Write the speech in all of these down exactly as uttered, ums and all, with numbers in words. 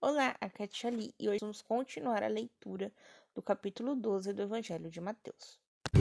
Olá, aqui é a Tia Li, e hoje vamos continuar a leitura do capítulo doze do Evangelho de Mateus.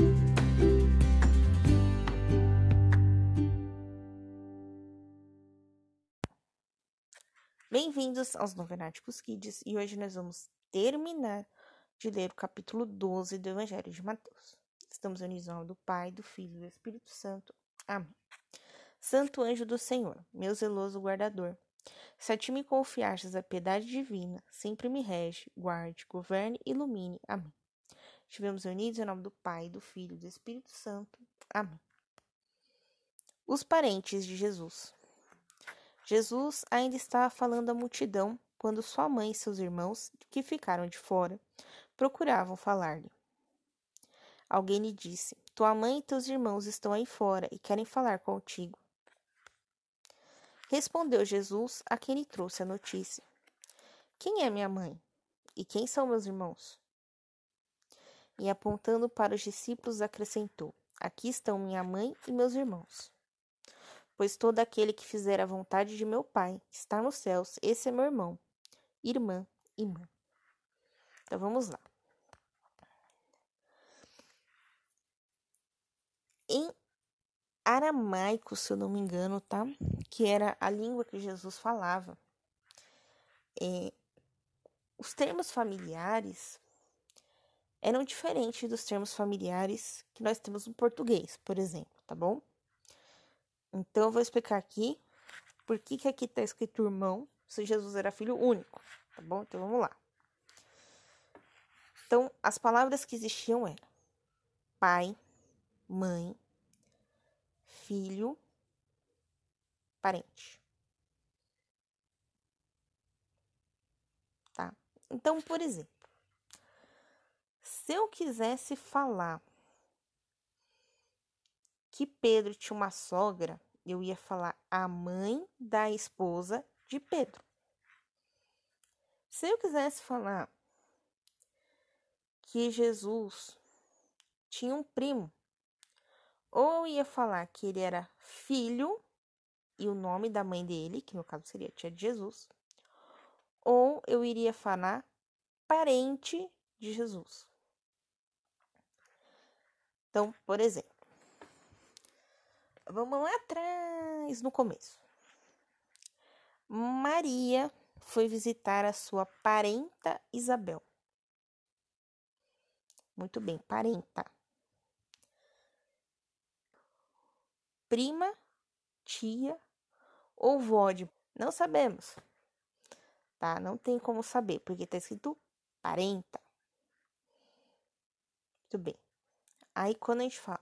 Bem-vindos aos Novenáticos Kids, e hoje nós vamos terminar de ler o capítulo doze do Evangelho de Mateus. Estamos unidos ao nome do Pai, do Filho e do Espírito Santo. Amém. Santo anjo do Senhor, meu zeloso guardador, se a ti me confiastes a piedade divina, sempre me rege, guarde, governe e ilumine. Amém. Estivemos unidos em nome do Pai, do Filho e do Espírito Santo. Amém. Os parentes de Jesus. Jesus ainda estava falando à multidão quando sua mãe e seus irmãos, que ficaram de fora, procuravam falar-lhe. Alguém lhe disse: Tua mãe e teus irmãos estão aí fora e querem falar contigo. Respondeu Jesus a quem lhe trouxe a notícia: Quem é minha mãe? E quem são meus irmãos? E apontando para os discípulos, acrescentou: Aqui estão minha mãe e meus irmãos. Pois todo aquele que fizer a vontade de meu Pai, que está nos céus, esse é meu irmão, irmã e mãe. Então vamos lá. Em aramaico, se eu não me engano, tá? Que era a língua que Jesus falava. É, os termos familiares eram diferentes dos termos familiares que nós temos no português, por exemplo, tá bom? Então, eu vou explicar aqui por que, que aqui está escrito irmão, se Jesus era filho único, tá bom? Então, vamos lá. Então, as palavras que existiam eram pai, mãe, filho, parente. Tá? Então, por exemplo, se eu quisesse falar que Pedro tinha uma sogra, eu ia falar a mãe da esposa de Pedro. Se eu quisesse falar que Jesus tinha um primo, ou eu ia falar que ele era filho e o nome da mãe dele, que no caso seria a tia de Jesus, ou eu iria falar parente de Jesus. Então, por exemplo, vamos lá atrás, no começo. Maria foi visitar a sua parenta Isabel. Muito bem, parenta. Prima, tia ou vó de... Não sabemos, tá? Não tem como saber, porque tá escrito parenta. Muito bem. Aí, quando a gente fala...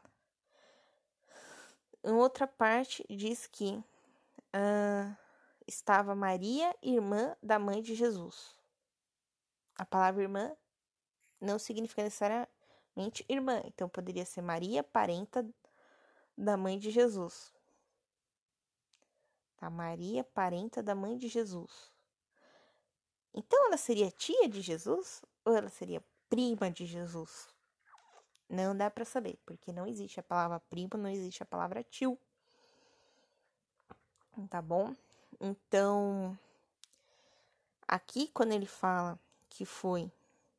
Em outra parte, diz que uh, estava Maria, irmã da mãe de Jesus. A palavra irmã não significa necessariamente irmã. Então, poderia ser Maria, parenta da mãe de Jesus. Tá? Maria, parenta da mãe de Jesus. Então, ela seria tia de Jesus? Ou ela seria prima de Jesus? Não dá para saber, porque não existe a palavra prima, não existe a palavra tio. Tá bom? Então, aqui quando ele fala que foi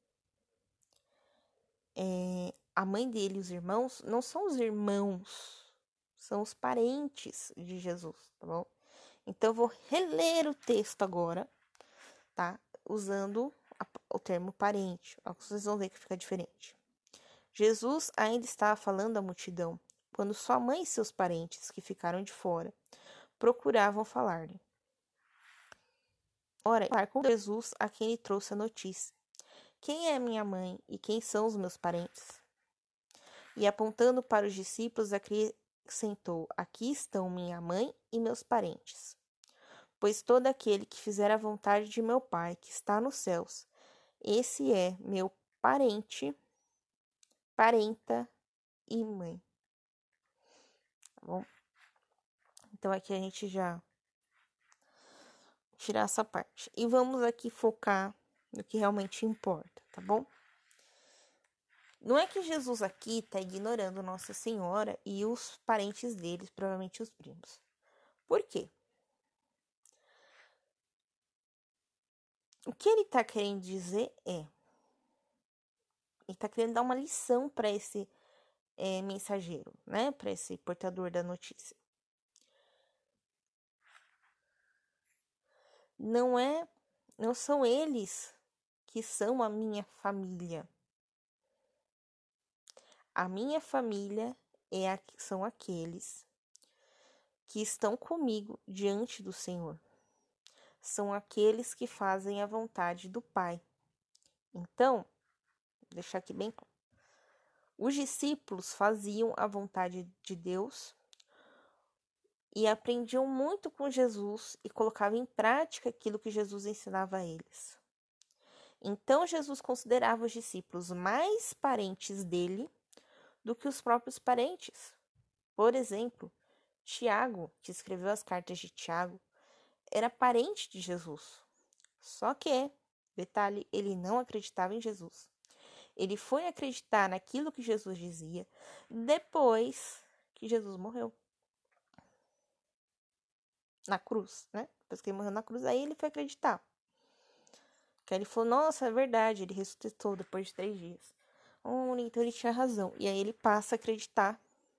é, a mãe dele e os irmãos, não são os irmãos, são os parentes de Jesus, tá bom? Então, eu vou reler o texto agora, tá? Usando a, o termo parente. Vocês vão ver que fica diferente. Jesus ainda estava falando à multidão, quando sua mãe e seus parentes, que ficaram de fora, procuravam falar-lhe. Ora, falar com Jesus a quem lhe trouxe a notícia. Quem é minha mãe e quem são os meus parentes? E apontando para os discípulos, acrescentou: Aqui estão minha mãe e meus parentes. Pois todo aquele que fizer a vontade de meu Pai, que está nos céus, esse é meu parente, parenta e mãe. Tá bom? Então, aqui a gente já tirar essa parte. E vamos aqui focar no que realmente importa, tá bom? Não é que Jesus aqui está ignorando Nossa Senhora e os parentes deles, provavelmente os primos. Por quê? O que ele está querendo dizer é, ele está querendo dar uma lição para esse é, mensageiro, né? Para esse portador da notícia. Não é, não são eles que são a minha família. A minha família é a, são aqueles que estão comigo diante do Senhor. São aqueles que fazem a vontade do Pai. Então, vou deixar aqui bem claro. Os discípulos faziam a vontade de Deus e aprendiam muito com Jesus e colocavam em prática aquilo que Jesus ensinava a eles. Então, Jesus considerava os discípulos mais parentes dele do que os próprios parentes. Por exemplo, Tiago, que escreveu as cartas de Tiago, era parente de Jesus. Só que, detalhe, ele não acreditava em Jesus. Ele foi acreditar naquilo que Jesus dizia depois que Jesus morreu. Na cruz, né? Depois que ele morreu na cruz, aí ele foi acreditar. Que aí ele falou, nossa, é verdade, ele ressuscitou depois de três dias. Oh, então ele tinha razão. E aí ele passa a acreditar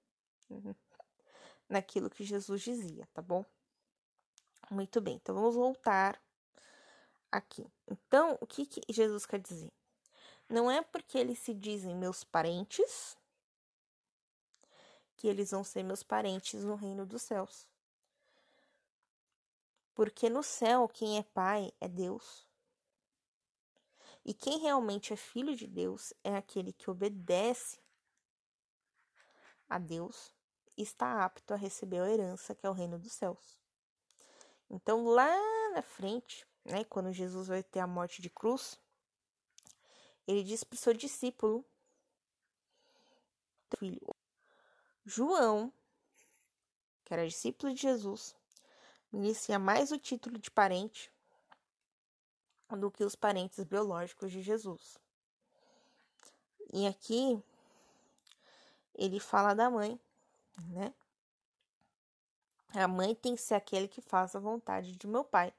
naquilo que Jesus dizia, tá bom? Muito bem, então vamos voltar aqui. Então, o que, que Jesus quer dizer? Não é porque eles se dizem meus parentes que eles vão ser meus parentes no reino dos céus. Porque no céu, quem é pai é Deus. E quem realmente é filho de Deus é aquele que obedece a Deus e está apto a receber a herança, que é o reino dos céus. Então, lá na frente, né, quando Jesus vai ter a morte de cruz, ele diz para o seu discípulo, filho, João, que era discípulo de Jesus, merecia mais o título de parente do que os parentes biológicos de Jesus. E aqui ele fala da mãe, né? A mãe tem que ser aquele que faz a vontade de meu pai.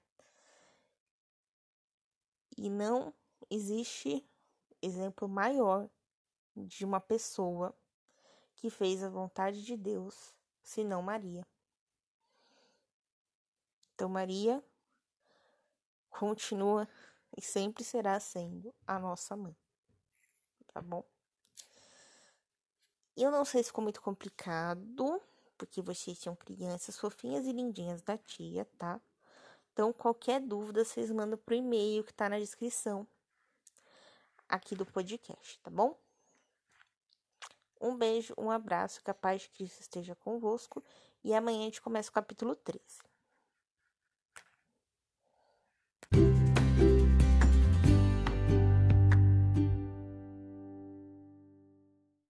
E não existe exemplo maior de uma pessoa que fez a vontade de Deus, senão Maria. Então, Maria continua e sempre será sendo a nossa mãe, tá bom? Eu não sei se ficou muito complicado, porque vocês são crianças fofinhas e lindinhas da tia, tá? Então, qualquer dúvida, vocês mandam pro e-mail que tá na descrição aqui do podcast, tá bom? Um beijo, um abraço, que a paz de Cristo esteja convosco. E amanhã a gente começa o capítulo treze.